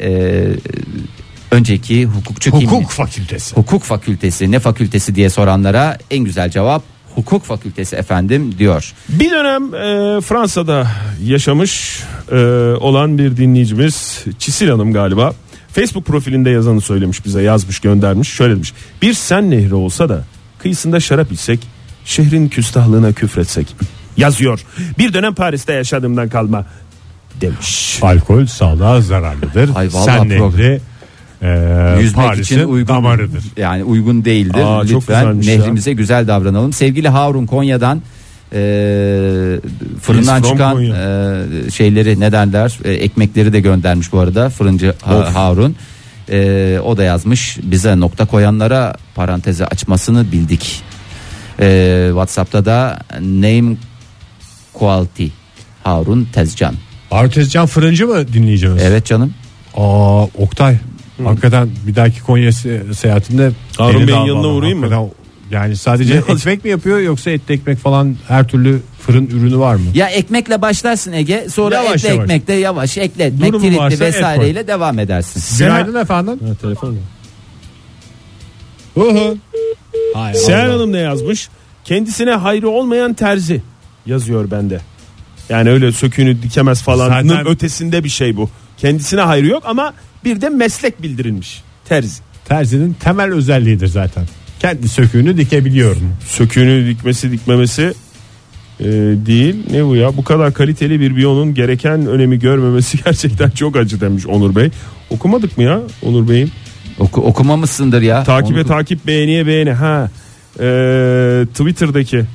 önceki hukukçu kimliği. Hukuk fakültesi. Hukuk fakültesi, ne fakültesi diye soranlara en güzel cevap hukuk fakültesi efendim diyor. Bir dönem Fransa'da yaşamış olan bir dinleyicimiz Çisil Hanım galiba Facebook profilinde yazanı söylemiş, bize yazmış, göndermiş, şöyle demiş: bir Sen nehri olsa da kıyısında şarap içsek, şehrin küstahlığına küfretsek yazıyor. Bir dönem Paris'te yaşadığımdan kalma demiş. Alkol sağlığa zararlıdır. Ay, vallahi Sen nehri Yüzmek Paris'in için uygun damarıdır. yani uygun değildir. Aa, çok Lütfen güzelmiş nehrimize güzel davranalım. Sevgili Harun Konya'dan fırından From çıkan Konya. şeyleri ne derler, ekmekleri de göndermiş bu arada fırıncı Harun. O da yazmış, bize nokta koyanlara parantezi açmasını bildik. WhatsApp'ta da name quality Harun Tezcan. Artezcan fırıncı mı dinleyeceğimiz? Evet canım. Oktay. Hakikaten bir dahaki Konya seyahatinde Harun beni Bey'in de yanına al. uğrayayım mı? Hakikaten, yani sadece ekmek mi yapıyor yoksa etli ekmek falan, her türlü fırın ürünü var mı? Ya ekmekle başlarsın Ege, sonra Yavaş etli yavaş. ekmekle yavaş ekle, ekmek Durumu tiritli varsa et vesaireyle devam edersin. Günaydın efendim. Ha, telefon mu? Hay Seher Allah. Hanım ne yazmış? Kendisine hayrı olmayan terzi yazıyor bende. Yani öyle söküğünü dikemez falanın Zaten- ötesinde bir şey bu. Kendisine hayrı yok ama bir de meslek bildirilmiş. Terzi. Terzinin temel özelliğidir zaten. Kendi söküğünü dikebiliyorum. Söküğünü dikmesi dikmemesi değil. Ne bu ya? Bu kadar kaliteli bir biyonun gereken önemi görmemesi gerçekten çok acı demiş Onur Bey. Okumadık mı ya Onur Bey'in? Okumamışsındır ya. Takibe Onu- takip, beğeniye beğeni. Ha. Twitter'daki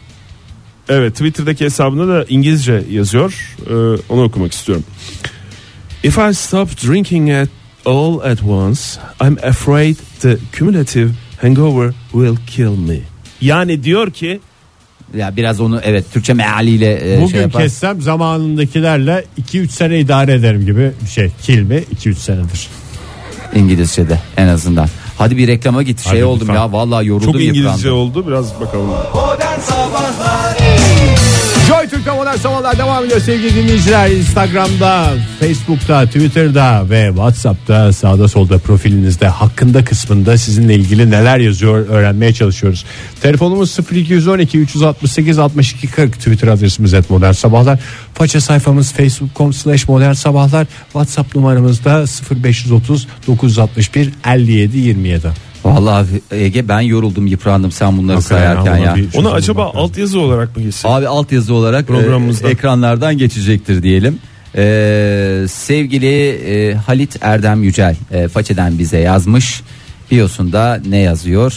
hesabında da İngilizce yazıyor. Onu okumak istiyorum. If I stop drinking at all at once, I'm afraid the cumulative hangover will kill me. Yani diyor ki Ya biraz onu Türkçe mealiyle Bugün yapar. kessem zamanındakilerle 2-3 sene idare ederim gibi bir şey. Kilmi 2-3 senedir. İngilizce'de en azından. Hadi bir reklama git. Hadi Oldum lütfen. ya vallahi yoruldum, çok İngilizce yıprandım. oldu. Biraz bakalım. Modern Sabahlar Joy Türk'te modern sabahlar devam ediyor sevgili dinleyiciler. Instagram'da, Facebook'ta, Twitter'da ve WhatsApp'ta sağda solda profilinizde hakkında kısmında sizinle ilgili neler yazıyor öğrenmeye çalışıyoruz. Telefonumuz 0212 368 62 40, Twitter adresimiz @modern sabahlar. Faça sayfamız facebook.com/modern sabahlar. WhatsApp numaramız da 0530 961 57 27. Vallahi Ege ben yoruldum, yıprandım sen bunları Hakikaten sayarken ya, ya. ona bir- Onu acaba altyazı olarak mı geçsin? Abi altyazı olarak Programımızda. ekranlardan geçecektir diyelim. Sevgili Halit Erdem Yücel Façeden bize yazmış. Biyosunda ne yazıyor?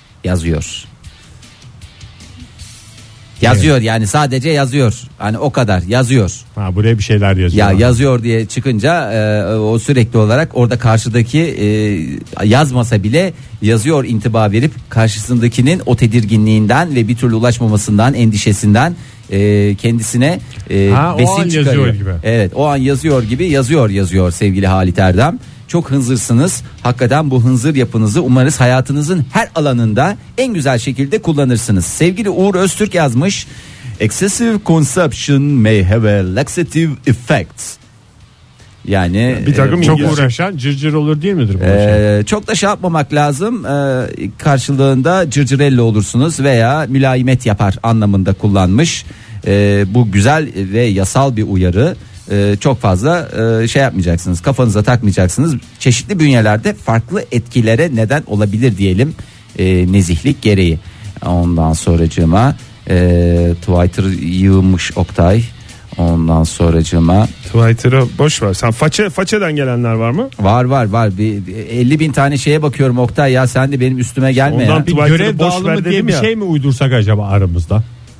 Yazıyor yani sadece yazıyor. Hani o kadar yazıyor. Ha, buraya bir şeyler yazıyor. Ya yazıyor diye çıkınca o sürekli olarak orada karşıdaki yazmasa bile yazıyor intiba verip karşısındakinin o tedirginliğinden ve bir türlü ulaşmamasından, endişesinden kendisine Ha, o besin an çıkarıyor. yazıyor gibi. Evet, o an yazıyor gibi yazıyor sevgili Halit Erdem. Çok hınzırsınız. Hakikaten bu hınzır yapınızı umarız hayatınızın her alanında en güzel şekilde kullanırsınız. Sevgili Uğur Öztürk yazmış. Excessive consumption may have a laxative effect. Yani Bir takım Çok İngilizce. uğraşan cırcır olur değil midir bu şey? çok da şey yapmamak lazım. Karşılığında cırcırelli olursunuz veya mülayimet yapar anlamında kullanmış. Bu güzel ve yasal bir uyarı. Çok fazla şey yapmayacaksınız, kafanıza takmayacaksınız. Çeşitli bünyelerde farklı etkilere neden olabilir diyelim nezihlik gereği. Ondan sonracığıma Twitter yığmış Oktay. Ondan sonracığıma Twitter'a boş ver. Sen façeden gelenler var mı? var bir 50 bin tane şeye bakıyorum Oktay ya, sen de benim üstüme gelme Ondan ya. Bir Twitter'ı görev boş dağılımı ver diye dedim bir ya. şey mi uydursak acaba aramızda?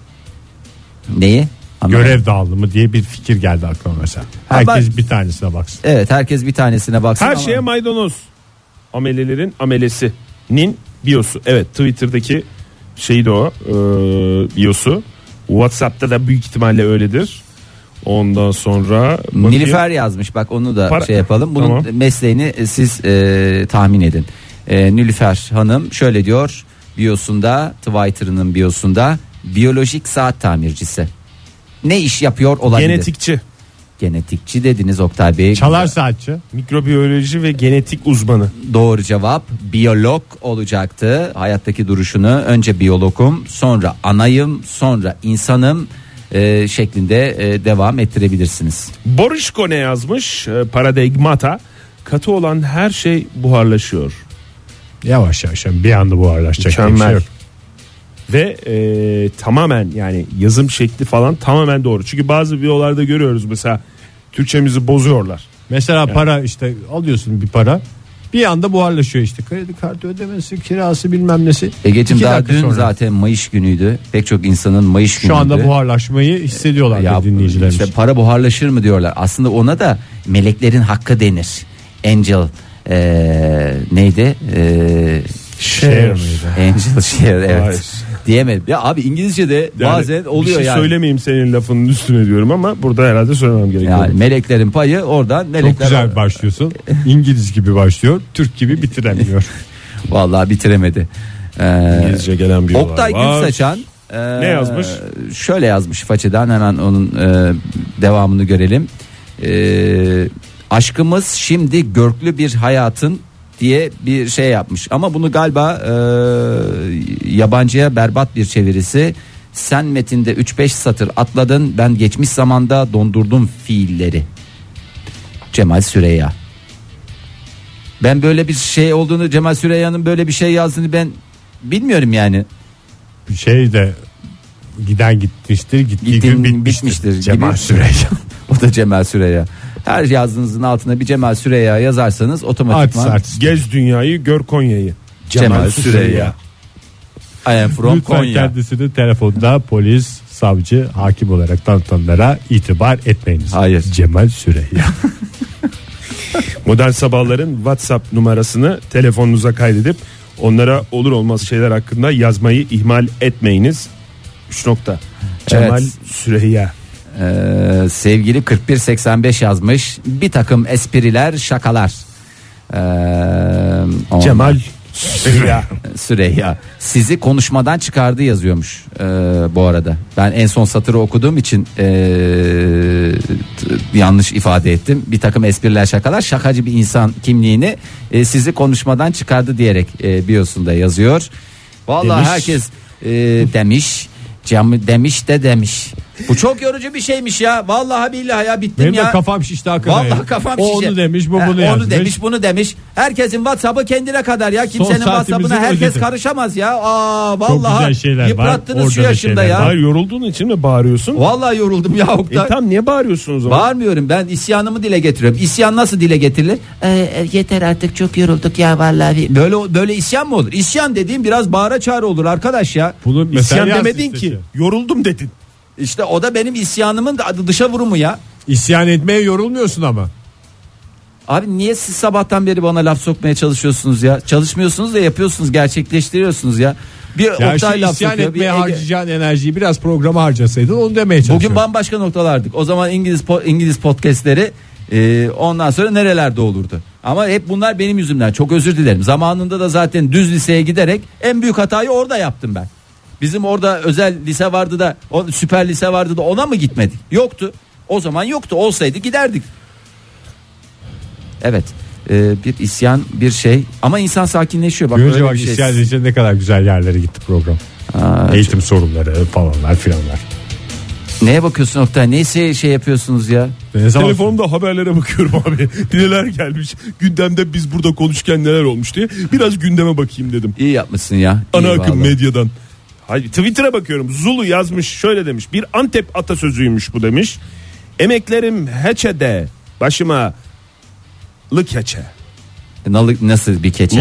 Neyi? Anlamadım. Görev dağılımı diye bir fikir geldi aklıma mesela. Ha, Herkes bir tanesine baksın. Evet, herkes bir tanesine baksın Her ama- şeye maydanoz. Amelelerin amelesinin biyosu. Evet, Twitter'daki şeyi de o biyosu. WhatsApp'ta da büyük ihtimalle öyledir. Ondan sonra bakayım. Nilüfer yazmış, bak onu da Para- şey yapalım. Bunun Tamam. mesleğini siz tahmin edin. Nilüfer Hanım şöyle diyor biyosunda, Twitter'ının biyosunda, biyolojik saat tamircisi. Ne iş yapıyor olabilir? Genetikçi dediniz Oktay Bey. Çalar saatçi. Mikrobiyoloji ve genetik uzmanı. Doğru cevap biyolog olacaktı. Hayattaki duruşunu önce biyologum, sonra anayım, sonra insanım şeklinde devam ettirebilirsiniz. Borişko ne yazmış? Paradigmata. Katı olan her şey buharlaşıyor. Yavaş yavaş bir anda buharlaşacak. diye bir Mükemmel. şey yok. Ve tamamen yani yazım şekli falan tamamen doğru. Çünkü bazı videolarda görüyoruz mesela Türkçemizi bozuyorlar. Mesela para işte alıyorsun bir para. Bir anda buharlaşıyor işte. Kredi kartı ödemesi, kirası bilmem nesi. Egeciğim 2 daha dakika dün sonra. zaten Mayış günüydü. Pek çok insanın Mayış günüydü. Şu anda buharlaşmayı hissediyorlar Ya dinleyicilerimiz. işte para buharlaşır mı diyorlar. Aslında ona da meleklerin hakkı denir. Angel neydi? Share mıydı? Angel share, evet. Hayır. Diyemedim. Ya abi İngilizce'de Yani bazen oluyor bir şey yani. söylemeyeyim senin lafının üstüne diyorum ama burada herhalde söylemem gerekiyor. Yani meleklerin payı oradan, Çok melekler güzel başlıyorsun. İngiliz gibi başlıyor. Türk gibi bitiremiyor. vallahi bitiremedi. İngilizce gelen bir Oktay var. Gülsaçan Ne yazmış? Şöyle yazmış façeden, hemen onun devamını görelim. Aşkımız şimdi görklü bir hayatın diye bir şey yapmış ama bunu galiba yabancıya berbat bir çevirisi, Sen metinde 3-5 satır atladın, ben geçmiş zamanda dondurdum fiilleri. Cemal Süreyya. Ben böyle bir şey olduğunu, Cemal Süreyya'nın böyle bir şey yazdığını ben bilmiyorum yani. Bir şey de giden gitmiştir, gittiği gün bitmiştir. Cemal gibi. Süreyya. O da Cemal Süreyya. Her yazdığınızın altına bir Cemal Süreyya yazarsanız otomatikman Artist. Gez dünyayı, gör Konya'yı. Cemal Süreyya. I am from Lütfen Konya. kendisini telefonda polis, savcı, hakim olarak tanıtanlara itibar etmeyiniz. Hayır. Cemal Süreyya. Modern Sabahların WhatsApp numarasını telefonunuza kaydedip onlara olur olmaz şeyler hakkında yazmayı ihmal etmeyiniz. 3 nokta. Cemal Süreyya. Sevgili 4185 yazmış. Bir takım espriler, şakalar. Cemal Süreyya. Süreyya. Sizi konuşmadan çıkardı yazıyormuş bu arada. Ben en son satırı okuduğum için yanlış ifade ettim. Bir takım espriler, şakalar, şakacı bir insan kimliğini sizi konuşmadan çıkardı diyerek biosunda yazıyor. Vallahi Demiş. herkes demiş. Demiş de demiş. Bu çok yorucu bir şeymiş ya. Vallahi billahi ya, bittim Benim ya. de kafam şişti hakikaten. Vallahi kafam o şişti. onu demiş, bu bunu Onu yazmış. demiş, bunu demiş. Herkesin WhatsApp'ı kendine kadar ya. Kimsenin saatimizi WhatsApp'ına herkes ödedim. karışamaz ya. Aa, güzel vallahi şeyler var. yıprattınız Orada şu da yaşımda şeyler ya. Hayır, yorulduğun için mi bağırıyorsun? Vallahi yoruldum ya Oktay. Tam niye bağırıyorsun o zaman? Bağırmıyorum, ben isyanımı dile getiriyorum. İsyan nasıl dile getirilir? Yeter artık, çok yorulduk ya vallahi. Böyle isyan mı olur? İsyan dediğim biraz bağıra çağrı olur arkadaş ya. Bunu İsyan mesela demedin ki. Yoruldum dedin. İşte o da benim isyanımın da dışa vurumu ya. İsyan etmeye yorulmuyorsun ama. Abi niye siz sabahtan beri bana laf sokmaya çalışıyorsunuz ya? Çalışmıyorsunuz da yapıyorsunuz, gerçekleştiriyorsunuz ya. Bir Ya Oktay laf isyan sokuyor. etmeye harcayacağın enerjiyi biraz programa harcasaydın, onu demeye çalışıyorum. Bugün bambaşka noktalardık. O zaman İngiliz podcastleri ondan sonra nerelerde olurdu? Ama hep bunlar benim yüzümden. Çok özür dilerim. Zamanında da zaten düz liseye giderek en büyük hatayı orada yaptım ben. Bizim orada özel lise vardı da, süper lise vardı da ona mı gitmedik? Yoktu. O zaman yoktu. Olsaydı giderdik. Evet. Bir isyan, bir şey, ama insan sakinleşiyor. Bak, Görünce öyle bak, bir şey. isyan edince ne kadar güzel yerlere gitti program. Eğitim sorunları falanlar filanlar. Neye bakıyorsun Oktay? Neyse şey yapıyorsunuz ya. Ne zaman- Telefonumda haberlere bakıyorum abi. Neler gelmiş. Gündemde biz burada konuşurken neler olmuş diye. Biraz gündeme bakayım dedim. İyi yapmışsın ya. Ana İyi akım vallahi. medyadan. Hayır, Twitter'a bakıyorum. Zulu yazmış, şöyle demiş. Bir Antep atasözüymüş bu demiş. Emeklerim heçede, başıma keçe. Nasıl bir keçe?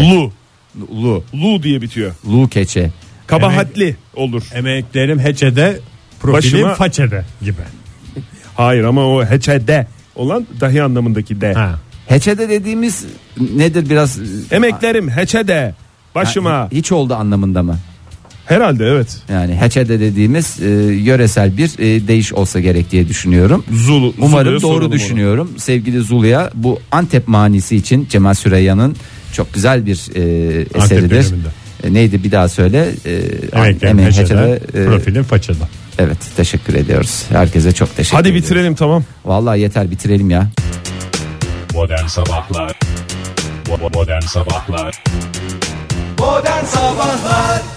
Lu Lu diye bitiyor. Lu keçe. Kabahatli olur. Emeklerim heçede, profilim Başıma- façede gibi. Hayır, ama o heçede olan dahi anlamındaki de. Ha. Heçede dediğimiz nedir biraz? Emeklerim heçede, başıma. Hiç oldu anlamında mı? Herhalde evet. Yani heçede dediğimiz yöresel bir deyiş olsa gerek diye düşünüyorum. Zulu'ya Umarım doğru soralım düşünüyorum. Sevgili Zulu'ya bu Antep manisi için Cemal Süreyya'nın çok güzel bir eseridir. döneminde. Neydi, bir daha söyle. Emeklerim Emeğin heçede, heçede, profilim façede. evet, teşekkür ediyoruz. Herkese çok teşekkür Hadi ediyoruz. bitirelim, tamam. Vallahi yeter, bitirelim ya. Modern Sabahlar Modern Sabahlar Modern Sabahlar